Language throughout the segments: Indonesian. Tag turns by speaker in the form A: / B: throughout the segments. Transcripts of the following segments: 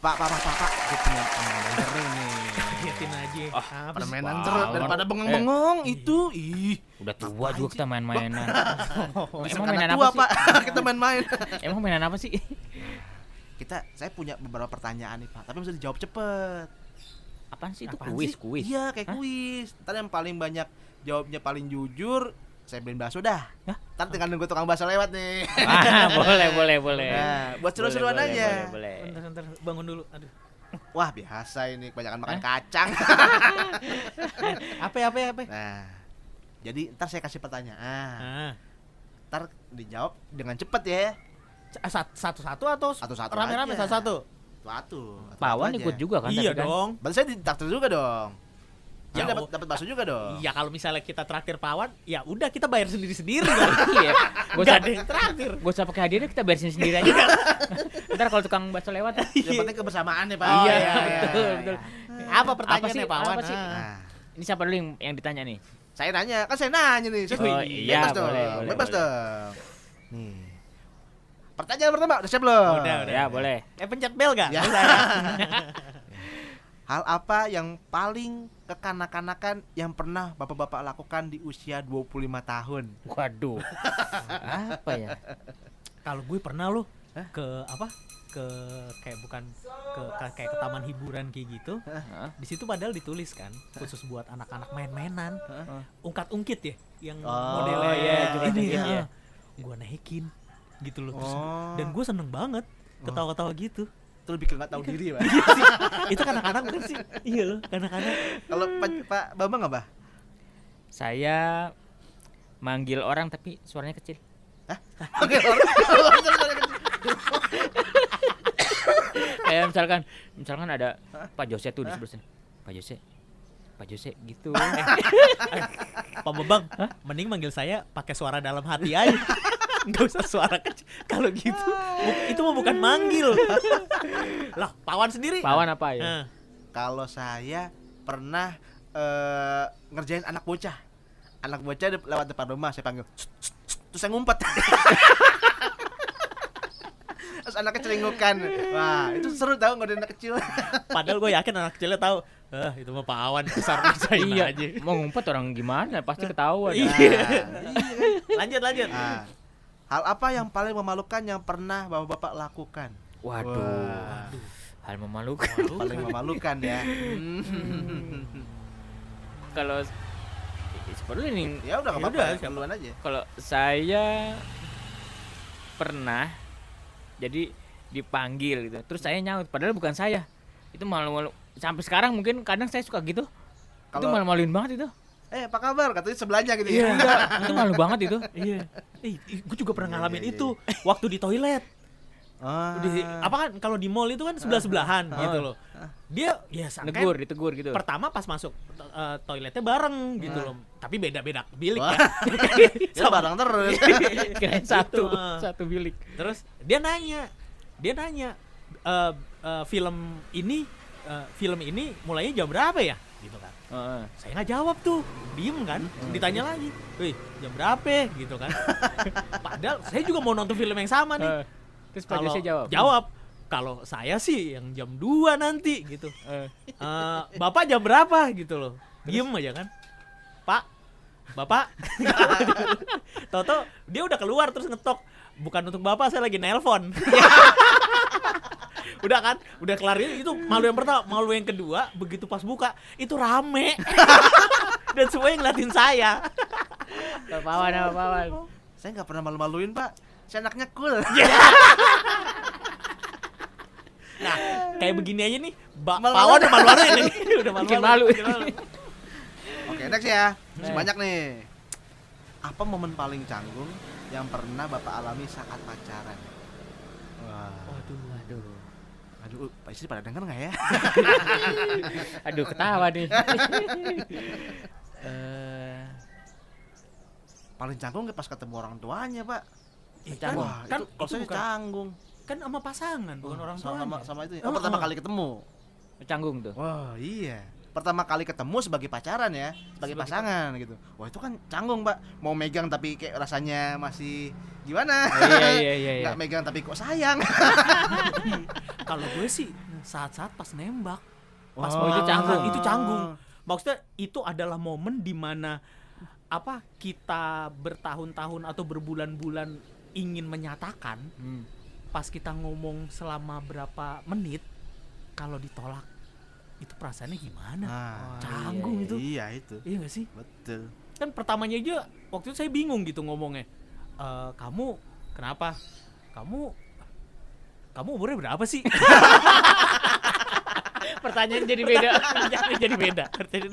A: Pak, gue punya permainan seru nih.
B: Liatin aja.
A: Permainan seru daripada bengong-bengong itu. Ih,
C: Udah tua juga kita main-mainan.
A: emang
C: mainan
A: tua,
C: apa sih?
A: Pak. Kita main-main.
C: Emang mainan apa sih?
A: Saya punya beberapa pertanyaan nih, Pak, tapi mesti dijawab cepet.
C: Apaan sih itu?
B: Apaan
C: Kuis.
A: Iya, kayak kuis. Ntar yang paling banyak jawabnya paling jujur, saya beliin bakso dah.
C: Hah?
A: Ntar tinggal nunggu tukang bakso lewat nih.
C: Boleh.
A: Nah, buat seru-seruan aja.
C: Boleh.
B: Bentar, bangun dulu. Aduh.
A: Wah, biasa ini kebanyakan makan kacang.
B: Apa?
A: Nah, jadi ntar saya kasih pertanyaan.
B: Ah.
A: Ntar dijawab dengan cepet ya.
B: Satu-satu atau
A: Satu-satu
B: rame-rame
A: aja.
B: satu-satu?
A: Satu
C: Pawan
A: aja.
C: ikut juga kan?
B: Iya
C: tapi kan?
B: dong.
A: Berarti saya ditraktir juga dong.
B: Ya,
A: Saya dapat bakso juga dong.
B: Iya, kalau misalnya kita traktir Pawan, ya udah kita bayar sendiri-sendiri.
C: Iya. Gak
B: Gak ada yang traktir.
C: usah pakai hadiahnya, kita beresin sendiri aja. Ntar kalau tukang bakso lewat.
A: Yang penting kebersamaan ya, Pak.
C: Iya,
B: betul. Apa pertanyaannya Pawan?
C: Apa sih?
A: Nah,
C: Ini siapa dulu yang ditanya nih?
A: saya nanya, kan saya nanya nih. Saya
C: Oh, iya,
A: bebas dong.
C: boleh.
A: Bebas dong. Nih. Pertanyaan pertama, udah siap belum?
B: Udah.
C: Ya, boleh.
B: Pencet bel gak?
A: Ya. Hal apa yang paling kekanak-kanakan yang pernah Bapak-bapak lakukan di usia 25 tahun?
C: Waduh. Apa ya?
B: Kalau gue pernah loh ke apa? Ke kayak bukan kayak ke taman hiburan kayak gitu.
C: Hah?
B: Di situ padahal ditulis kan khusus buat anak-anak main-mainan. Ungkat-ungkit ya yang
A: Oh,
B: modelnya
C: iya,
B: ini
C: ungkat-ungkit,
B: ya.
C: iya.
B: Gua naikin gitu loh. Terus,
A: Oh.
B: dan gue seneng banget ketawa-ketawa gitu.
A: Itu lebih ke nggak tahu diri, Pak.
B: Itu kanak-kanak bukan sih? Iya loh, kanak-kanak.
A: Kalau Pak Bambang apa?
C: Saya manggil orang tapi suaranya kecil.
A: Oke.
C: Kayak misalkan ada Pak Jose tuh di sebelah sini. Pak Jose gitu.
B: Pak Bambang, mending manggil saya pakai suara dalam hati aja. Enggak usah suara kecil. Kalau gitu, itu mah bukan manggil. Lah, Pawan sendiri.
C: Pawan apa ya?
B: Nah,
A: Kalau saya pernah ngerjain anak bocah. Anak bocah lewat depan rumah, saya panggil. Terus saya ngumpet. Terus anaknya celingukan. Wah, itu seru tau ngodein anak kecil.
B: padahal gue yakin anak kecilnya tahu. Itu mah Pawan besar-besarin
C: Iya,
B: aja.
C: mau ngumpet orang gimana? Pasti ketahuan.
B: Iya. Lanjut.
A: Nah, hal apa yang paling memalukan yang pernah Bapak-bapak lakukan?
C: Waduh.
A: Wah,
C: Hal memalukan.
A: paling memalukan ya.
C: Kalau seperti ini,
A: Ya udah
B: Ya
A: enggak
B: udah,
A: apa-apa,
B: siapa?
A: duluan aja.
C: kalau saya pernah jadi dipanggil gitu. Terus saya nyaut padahal bukan saya. Itu malu-malu. Sampai sekarang mungkin kadang saya suka gitu. Itu
A: Kalau-
C: malu-maluin banget itu.
A: Apa kabar? Katanya sebelahnya gitu
C: Iya,
A: ya.
C: enggak. Itu malu banget itu.
B: Iya. Gue juga pernah
A: Iya,
B: ngalamin
A: iya,
B: itu waktu di toilet.
A: Ah.
B: Apa kan kalau di mall itu kan sebelah-sebelahan gitu loh. Dia ya sangka
C: Ditegur gitu.
B: pertama pas masuk toiletnya bareng gitu loh. Tapi beda-beda bilik
A: Wah.
B: ya.
A: Ya bareng terus.
C: Kirain
B: Gitu.
C: satu bilik.
B: Terus dia nanya film ini mulainya jam berapa ya? Gitu kan.
C: Heeh.
B: Saya nggak jawab tuh, diem kan. Ditanya lagi, wih jam berapa? Gitu kan. Padahal saya juga mau nonton film yang sama nih.
C: Terus Pak Jose jawab.
B: Kalau saya sih yang jam 2 nanti gitu.
C: Eh.
B: Bapak jam berapa gitu loh. Diem aja kan. Pak, Bapak. Toto dia udah keluar terus ngetok. Bukan untuk Bapak, saya lagi nelpon. Udah kan, udah kelar itu malu yang pertama, malu yang kedua, begitu pas buka itu rame. Dan semuanya ngeliatin saya.
C: Pawan.
A: Saya nggak pernah malu-maluin, Pak. Saya anaknya cool.
B: Nah, kayak begini aja nih,
A: Malu-malu.
B: Pawan udah malu-malu ini. Udah
C: Bikin malu.
A: Oke, next ya. Masih banyak nih. Apa momen paling canggung yang pernah Bapak alami saat pacaran? Wah. Aduh, Pak istri pada denger nggak ya?
C: Aduh, ketawa nih.
A: Paling canggung pas ketemu orang tuanya, Pak.
C: Canggung.
A: Wah,
B: Kan
A: itu kalau
B: itu
A: saya
B: bukan-
A: canggung.
B: Kan sama pasangan, bukan orang tuanya.
A: Sama itu. Ya? Oh, pertama kali ketemu.
C: Canggung tuh.
A: Wah, iya. Pertama kali ketemu sebagai pacaran ya, sebagai pasangan gitu. Wah, itu kan canggung, Pak. Mau megang tapi kayak rasanya masih gimana?
C: Iya.
A: Nggak megang tapi kok sayang.
B: Kalau gue sih saat-saat pas nembak. Pas
A: Oh,
C: itu canggung.
B: Itu canggung. Maksudnya itu adalah momen di mana kita bertahun-tahun atau berbulan-bulan ingin menyatakan, pas kita ngomong selama berapa menit, kalau ditolak itu perasaannya gimana? Canggung itu.
A: Iya itu.
B: Iya gak sih?
A: Betul.
B: Kan pertamanya aja waktu itu saya bingung gitu ngomongnya. Kamu kenapa? Kamu umurnya berapa sih?
C: Pertanyaan jadi beda.
B: jadi beda.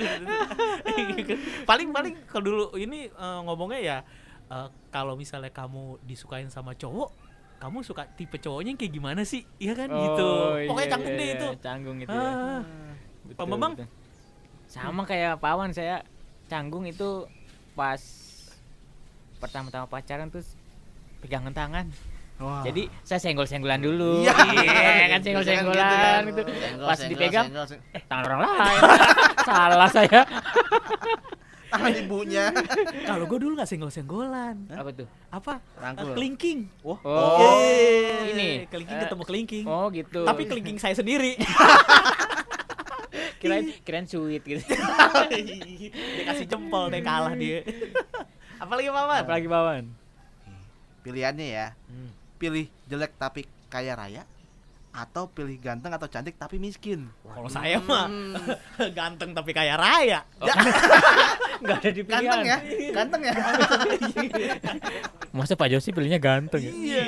B: paling kalau dulu ini ngomongnya ya, kalau misalnya kamu disukain sama cowok, kamu suka tipe cowoknya yang kayak gimana sih? Iya kan gitu. Pokoknya canggung deh itu.
C: Canggung itu. Ya.
B: Pak Bambang?
C: Betul. Sama kayak Pawan, saya canggung itu pas pertama-tama pacaran terus pegangan tangan.
A: Wah.
C: Jadi saya senggol-senggolan dulu.
A: Iya.
C: Kan senggol-senggolan gitu. Pas dipegang,
A: senggol.
C: tangan orang lain. Salah saya.
A: Tangan ibunya.
B: Kalau gue dulu nggak senggol-senggolan.
C: Apa tuh?
B: Apa?
A: Rangkul.
B: Kelingking.
C: Oh,
B: Ini kelingking ketemu kelingking.
C: Oh gitu.
B: Tapi kelingking saya sendiri.
C: kirain sweet gitu.
B: Dia kasih jempol deh, kalah dia. Apalagi Paman?
C: Apalagi Pawan.
A: Pilihannya ya. Pilih jelek tapi kaya raya, atau pilih ganteng atau cantik tapi miskin.
B: Kalau saya mah ganteng tapi kaya raya.
C: Enggak ada di pilihan.
A: Ganteng ya? Ganteng ya?
C: Masa Pak Josi pilihnya ganteng ya?
B: Iya.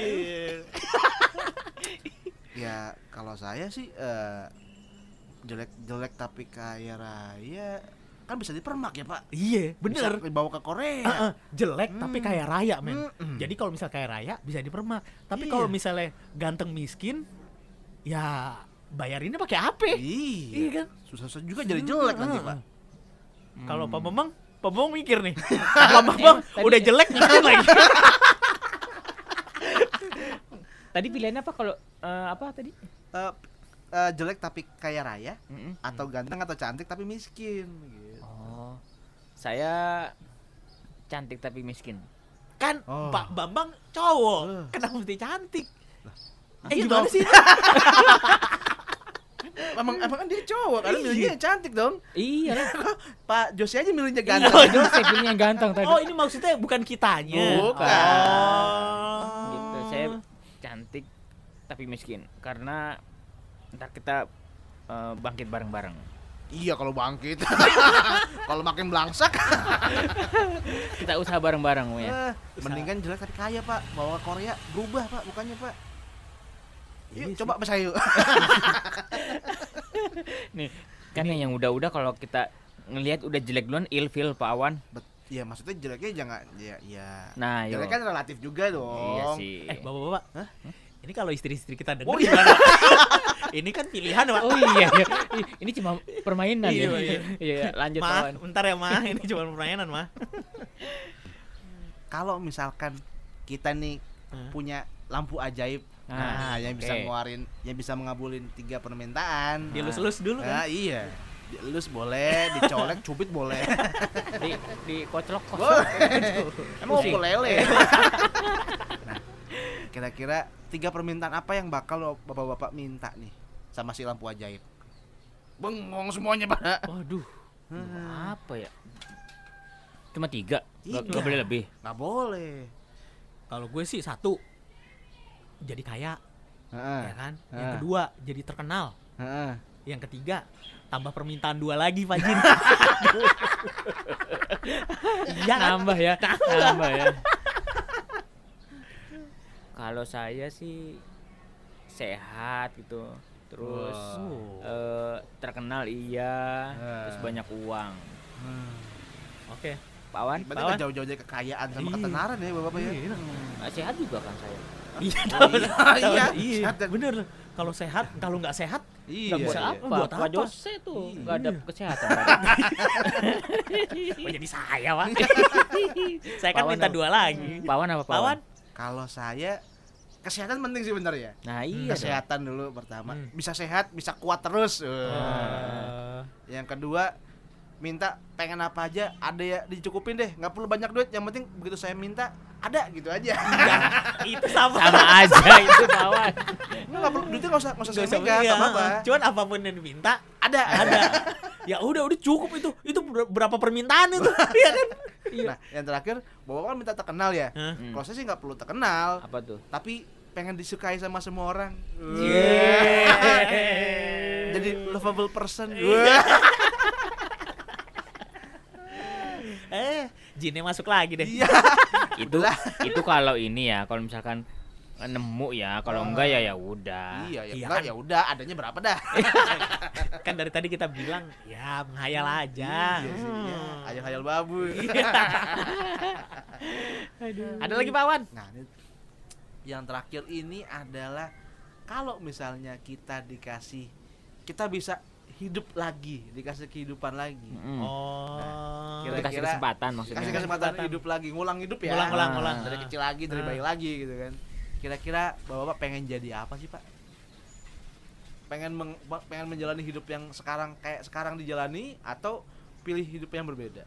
A: Ya kalau saya sih jelek tapi kaya raya kan bisa dipermak ya Pak.
B: Iya, bener.
A: Bisa dibawa ke Korea.
B: Jelek tapi kaya raya, men.
A: Mm-mm.
B: Jadi kalau misal kaya raya bisa dipermak. Tapi
A: Iya.
B: kalau misalnya ganteng miskin, ya bayarinnya pakai apa? Iya kan?
A: Susah-susah juga jadi jelek nanti Pak.
B: Kalau Pak Bambang mikir nih. Pak Bambang udah jelek miskin lagi.
C: Tadi pilihannya apa kalau apa tadi?
A: Jelek tapi kaya raya, atau ganteng atau cantik tapi miskin gitu.
C: Oh. Saya cantik tapi miskin.
B: Kan
A: Oh.
B: Pak Bambang cowok. Kenapa mesti cantik?
A: Iya
B: Gimana
A: dong.
B: sih?
A: Emang kan dia cowok, kan milihnya yang cantik dong.
C: Iya lah.
A: Pak Josi aja milihnya ganteng.
C: Pak Josi pilihnya ganteng tadi.
B: Oh, ini maksudnya bukan kitanya.
A: Bukan.
B: Oh.
C: Gitu. Saya cantik tapi miskin karena ntar kita bangkit bareng-bareng.
A: Iya kalau bangkit. Kalau makin belangsak.
C: Kita usaha bareng-bareng ya.
A: Mendingan jelek tapi kaya Pak. Bawa ke Korea berubah Pak, bukannya Pak. Yuk
B: Iya
A: coba Mas Ayu.
C: Nih, kan yang udah-udah kalau kita ngelihat udah jelek duluan ilfil Pak Awan.
A: Iya maksudnya jeleknya jangan ya.
C: Nah,
A: Jelek kan relatif juga dong.
C: Iya sih.
B: Bapak-bapak. Ini kalau istri-istri kita denger
A: Oh, iya.
B: gimana? Ini kan pilihan, Pak.
C: Oh iya, iya. Ini cuma permainan
B: Iya,
C: ya.
B: iya.
C: Iya, lanjut
B: Ma,
C: Pawan.
B: bentar ya, Ma. Ini cuma permainan, Ma.
A: Kalau misalkan kita nih punya lampu ajaib, yang bisa
C: oke.
A: ngeluarin, yang bisa mengabulin 3 permintaan.
B: Dilus-lus dulu kan.
A: Nah, iya. Dilus boleh, dicolek, cubit boleh.
C: Di koclok
A: Boleh. Emang
C: Pusing.
A: ukulele. Nah, kira-kira 3 permintaan apa yang bakal bapak-bapak minta nih sama si lampu ajaib? Bengong semuanya Pak.
B: Waduh.
C: Apa ya? Cuma 3. Gak
A: Tiga.
C: boleh lebih.
A: Nggak boleh.
B: Kalau gue sih 1, jadi kaya, ya kan? Yang
A: Heeh.
B: kedua, jadi terkenal.
A: Heeh.
B: Yang ketiga, tambah permintaan 2 lagi, Pak Jin. Iya kan?
C: Nambah ya. Nambah ya. Kalau saya sih sehat gitu. Terus terkenal iya, terus banyak uang.
B: Oke.
C: Pak Wan,
A: Berarti
C: Pak Wan.
A: nggak jauh-jauh dari kekayaan sama
B: Iya.
A: ketenaran ya bapak ya.
C: Sehat juga kan saya.
B: Iya,
A: Iya,
B: iya,
A: sehat dan-
B: bener. Kalau sehat, kalau nggak sehat,
A: Iya.
B: nggak buat
A: iya.
B: apa?
C: Apa?
B: Buat
C: Pak
B: apa?
C: Jose tuh
B: Iya.
C: nggak ada kesehatan.
B: Oh, jadi saya, Pak. Saya kan
C: Pawan
B: minta
C: apa?
B: 2 lagi.
C: Pak Wan apa Pak
B: Pawan?
C: Wan?
A: Kalau saya kesehatan penting sih bener ya.
C: Nah iya dong.
A: Kesehatan dulu pertama.
B: Hmm.
A: Bisa sehat, bisa kuat terus. Yang kedua, minta pengen apa aja ada ya dicukupin deh. Nggak perlu banyak duit. Yang penting begitu saya minta ada gitu aja.
B: Ya, itu sama.
C: Sama aja itu kawan.
A: Nggak perlu, duitnya nggak usah
B: Nggak
A: saya
B: usah
A: megang,
B: iya.
A: nggak apa-apa.
B: Cuman apapun yang diminta
A: Ada.
B: ada. Ya udah cukup itu. Itu berapa permintaan itu? Iya kan?
A: Nah, yang terakhir, bapak kan minta terkenal ya.
B: Hah?
A: Kalau saya sih nggak perlu terkenal,
C: Apa tuh?
A: tapi pengen disukai sama semua orang.
B: Yeah.
A: Jadi lovable person.
B: Jinnya masuk lagi deh.
A: Iya.
C: Itu kalau ini ya, kalau misalkan nemu ya, kalau enggak ya udah.
A: Iya, ya
B: Iya
A: enggak
B: kan?
A: ya udah, adanya berapa dah?
B: Kan dari tadi kita bilang ya menghayal aja.
A: Iya sih, iya. Hayal-hayal babu.
B: Ada lagi Pak Wan?
A: Nah, ini yang terakhir ini adalah kalau misalnya kita bisa hidup lagi, dikasih kehidupan lagi.
B: Oh.
A: Kira-kira
C: Dikasih kesempatan maksudnya.
A: Kasih kesempatan hidup lagi, ngulang hidup ya.
B: Ngulang.
A: Dari kecil lagi, dari bayi lagi gitu kan. Kira-kira Bapak pengen jadi apa sih, Pak? Pengen menjalani hidup yang sekarang dijalani atau pilih hidup yang berbeda?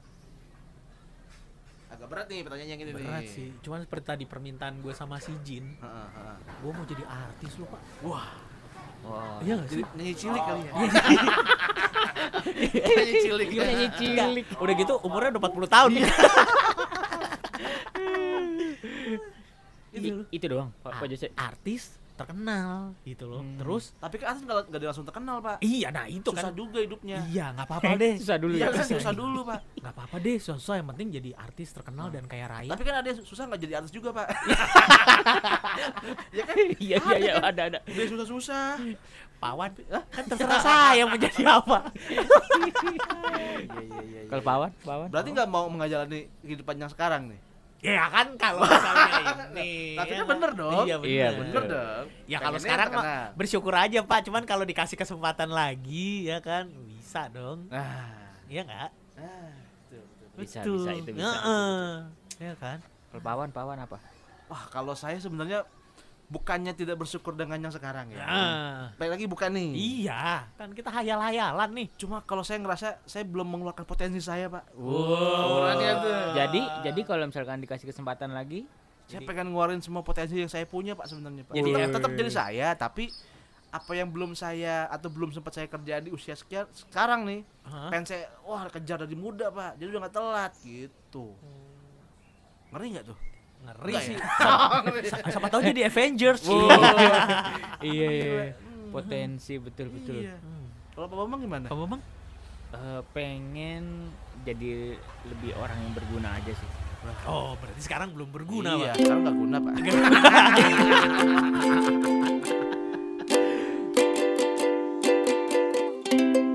A: Agak berat nih pertanyaan yang ini nih.
B: Berat sih. Cuman seperti tadi permintaan gue sama si Jin, gue mau jadi artis loh Pak.
A: Wah,
C: Wah.
B: Iya nggak
A: jadi
B: sih?
A: nyanyi cilik kali ya.
B: Iya.
A: Nyanyi cilik.
C: Nyanyi cilik.
B: Udah gitu umurnya udah 40 tahun.
C: Itu doang, Pak Jose.
B: Artis terkenal gitu loh. Terus
A: Tapi kan artis nggak langsung terkenal, Pak.
B: iya nah itu
A: Susah
B: kan.
A: juga hidupnya.
B: Iya nggak apa-apa deh.
C: Susah dulu
A: Iya
C: ya.
A: kan susah dulu, Pak.
B: Nggak apa-apa deh. Susah yang penting jadi artis terkenal dan kaya raya.
A: Tapi kan ada yang susah nggak jadi artis juga, Pak. Ya kan?
C: Iya ada.
A: Udah susah-susah.
B: Pawan kan terserah saya mau jadi apa.
A: Iya.
C: Kalau Pawan?
A: Berarti nggak mau menjalani kehidupan yang sekarang nih?
B: Ya kan kalau misalnya ini.
A: Tapi kan
B: ya
A: bener dong.
B: Iya bener.
C: Iya,
A: Bener dong.
B: Ya kalau
A: Pengennya
B: sekarang
A: terkenal.
B: mah bersyukur aja Pak. Cuman kalau dikasih kesempatan lagi ya kan bisa dong. Iya nggak?
C: Bisa
B: Betul.
C: itu bisa.
B: Heeh. Iya kan?
C: Kalau Pawan apa?
A: Wah, kalau saya sebenarnya bukannya tidak bersyukur dengan yang sekarang ya.
B: Nah,
A: Baik lagi bukan nih.
B: iya, kan kita hayal-hayalan nih.
A: Cuma kalau saya ngerasa saya belum mengeluarkan potensi saya, Pak.
B: Berarti
A: itu.
C: Jadi kalau misalkan dikasih kesempatan lagi,
A: Saya pengen ngeluarin semua potensi yang saya punya, Pak, sebenarnya, Pak.
B: Jadi
A: Tetap jadi saya, tapi apa yang belum saya atau belum sempat saya kerjain di usia sekarang nih,
B: Hah?
A: pengen saya kejar dari muda, Pak. Jadi udah nggak telat gitu. Ngeri nggak tuh?
B: Ngeri
A: Nggak
B: sih.
A: ya?
B: Siapa tahu jadi Avengers.
C: iya. Potensi betul.
A: Iya. Kalau Pak Bambang gimana?
B: Kamu Bang?
C: Pengen jadi lebih orang yang berguna aja sih.
B: Oh, berarti sekarang belum berguna,
A: Iya,
B: Pak.
A: sekarang nggak guna, Pak.